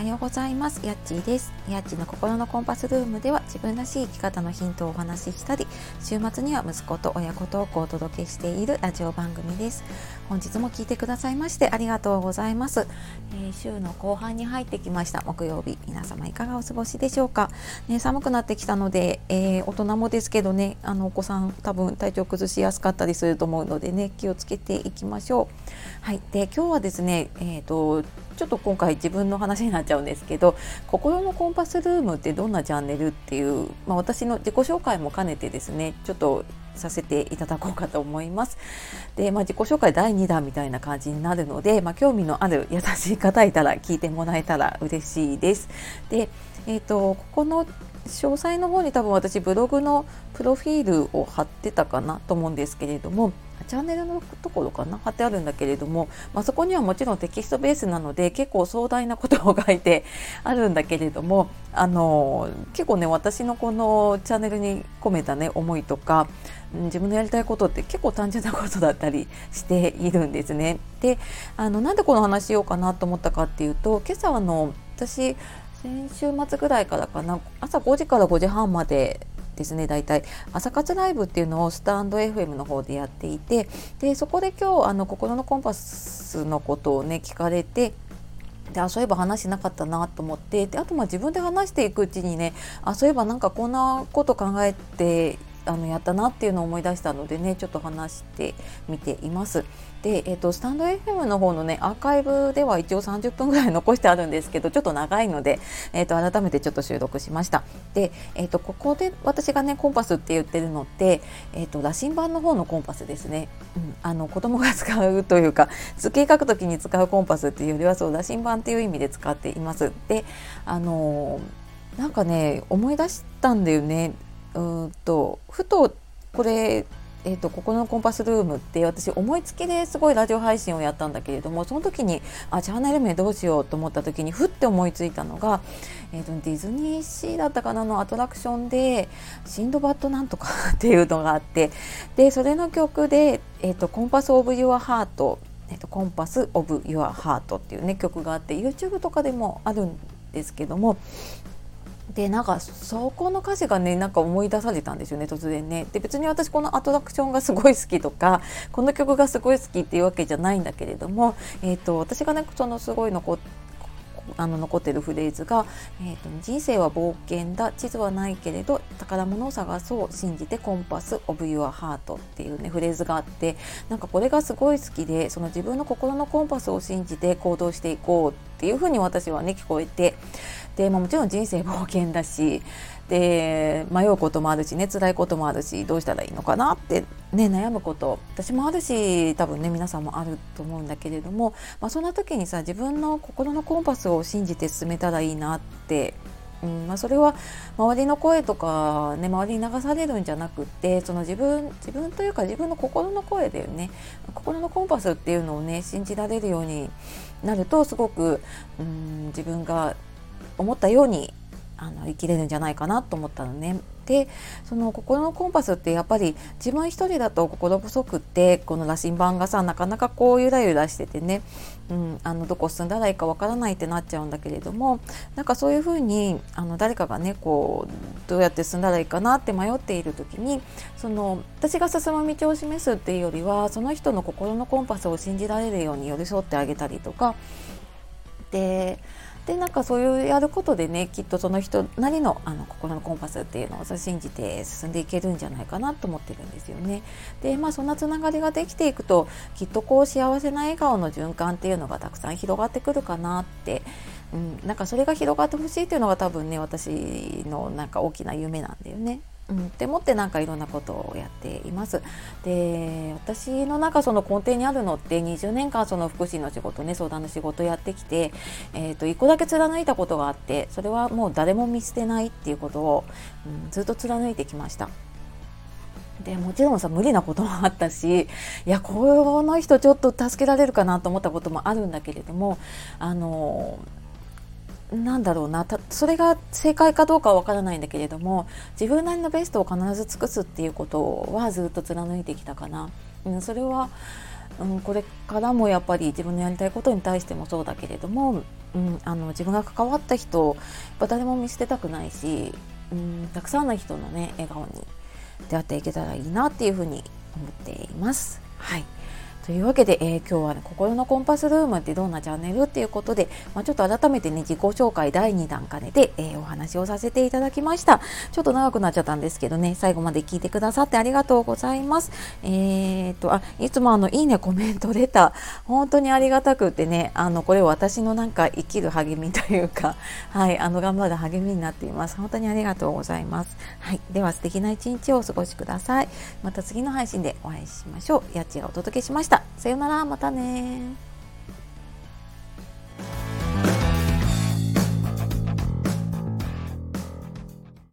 ようございます。やっちーです。やっちの心のコンパスルームでは自分らしい生き方のヒントをお話ししたり、週末には息子と親子トークをお届けしているラジオ番組です。本日も聞いてくださいましてありがとうございます。週の後半に入ってきました木曜日、皆様いかがお過ごしでしょうか。寒くなってきたので、大人もですけどね、お子さん多分体調崩しやすかったりすると思うのでね、気をつけていきましょう。はい、で今日はですね、ちょっと今回自分の話になっちゃうんですけど、心のコンパスルームってどんなチャンネルっていう、私の自己紹介も兼ねてですね、ちょっとさせていただこうかと思います。で、自己紹介第2弾みたいな感じになるので、興味のある優しい方いたら聞いてもらえたら嬉しいです。で、ここの詳細の方に多分私ブログのプロフィールを貼ってたかなと思うんですけれども、チャンネルのところかな貼ってあるんだけれども、そこにはもちろんテキストベースなので結構壮大なことを書いてあるんだけれども、結構ね、私のこのチャンネルに込めたね思いとか、自分のやりたいことって結構単純なことだったりしているんですね。で、なんでこの話しようかなと思ったかっていうと、今朝私先週末ぐらいからかな、朝5時から5時半までですね、だいたい朝活ライブっていうのをスタンド FM の方でやっていて、でそこで今日心のコンパスのことをね聞かれて、でそういえば話しなかったなと思って、であと自分で話していくうちにね、そういえばなんかこんなこと考えてやったなっていうのを思い出したのでね、ちょっと話してみています。で、スタンド FM の方のねアーカイブでは一応30分ぐらい残してあるんですけど、ちょっと長いので、改めてちょっと収録しました。で、ここで私がねコンパスって言ってるのって、羅針盤の方のコンパスですね。子供が使うというか、図形書くときに使うコンパスっていうよりは、そう羅針盤っていう意味で使っています。で、なんかね思い出したんだよね。ふとこれ、心のコンパスルームって私思いつきですごいラジオ配信をやったんだけれども、その時にチャンネル名どうしようと思った時にふって思いついたのが、ディズニーシーだったかなのアトラクションでシンドバッドなんとかっていうのがあって、でそれの曲で、コンパスオブユアハート、コンパスオブユアハートっていうね曲があって、 YouTube とかでもあるんですけども、でなんかそこの歌詞がねなんか思い出されたんですよね、突然ね。で別に私このアトラクションがすごい好きとかこの曲がすごい好きっていうわけじゃないんだけれども、私がねそのすごい残ってるフレーズが、人生は冒険だ、地図はないけれど宝物を探そう信じてコンパスオブユアハートっていうねフレーズがあって、なんかこれがすごい好きで、その自分の心のコンパスを信じて行動していこうっていうふうに私はね聞こえて、で、もちろん人生冒険だし、で迷うこともあるしね、辛いこともあるし、どうしたらいいのかなってね悩むこと私もあるし、多分ね皆さんもあると思うんだけれども、そんな時にさ、自分の心のコンパスを信じて進めたらいいなって、それは周りの声とかね、周りに流されるんじゃなくって、その自分というか自分の心の声だよね。心のコンパスっていうのをね信じられるようになると、すごく自分が思ったように生きれるんじゃないかなと思ったのね。でその心のコンパスってやっぱり自分一人だと心細くって、この羅針盤がさなかなかこうゆらゆらしててね、どこ進んだらいいかわからないってなっちゃうんだけれども、なんかそういうふうに誰かがねこうどうやって進んだらいいかなって迷っている時に、その私が進む道を示すっていうよりは、その人の心のコンパスを信じられるように寄り添ってあげたりとかでなんかそういうやることでね、きっとその人なりの心のコンパスっていうのを信じて進んでいけるんじゃないかなと思ってるんですよね。でそんなつながりができていくと、きっとこう幸せな笑顔の循環っていうのがたくさん広がってくるかなって、なんかそれが広がってほしいっていうのが多分ね私のなんか大きな夢なんだよね。って思ってなんかいろんなことをやっています。で私の中その根底にあるのって、20年間その福祉の仕事ね、相談の仕事をやってきて、一個だけ貫いたことがあって、それはもう誰も見捨てないっていうことを、ずっと貫いてきました。でもちろんさ無理なこともあったし、いやこの人ちょっと助けられるかなと思ったこともあるんだけれども、なんだろうな、それが正解かどうかはわからないんだけれども、自分なりのベストを必ず尽くすっていうことはずっと貫いてきたかな。それはこれからもやっぱり自分のやりたいことに対してもそうだけれども、自分が関わった人、やっぱ誰も見捨てたくないし、たくさんの人のね笑顔に出会っていけたらいいなっていうふうに思っています。はい。というわけで、今日は、ね、心のコンパスルームってどんなチャンネルっていうことで、ちょっと改めてね自己紹介第2弾兼ねて、お話をさせていただきました。ちょっと長くなっちゃったんですけどね、最後まで聞いてくださってありがとうございます。いつもいいねコメントレター本当にありがたくってね、これ私のなんか生きる励みというか、はい、頑張る励みになっています。本当にありがとうございます。はい、では素敵な一日をお過ごしください。また次の配信でお会いしましょう。やっちがお届けしました。さよなら、またね。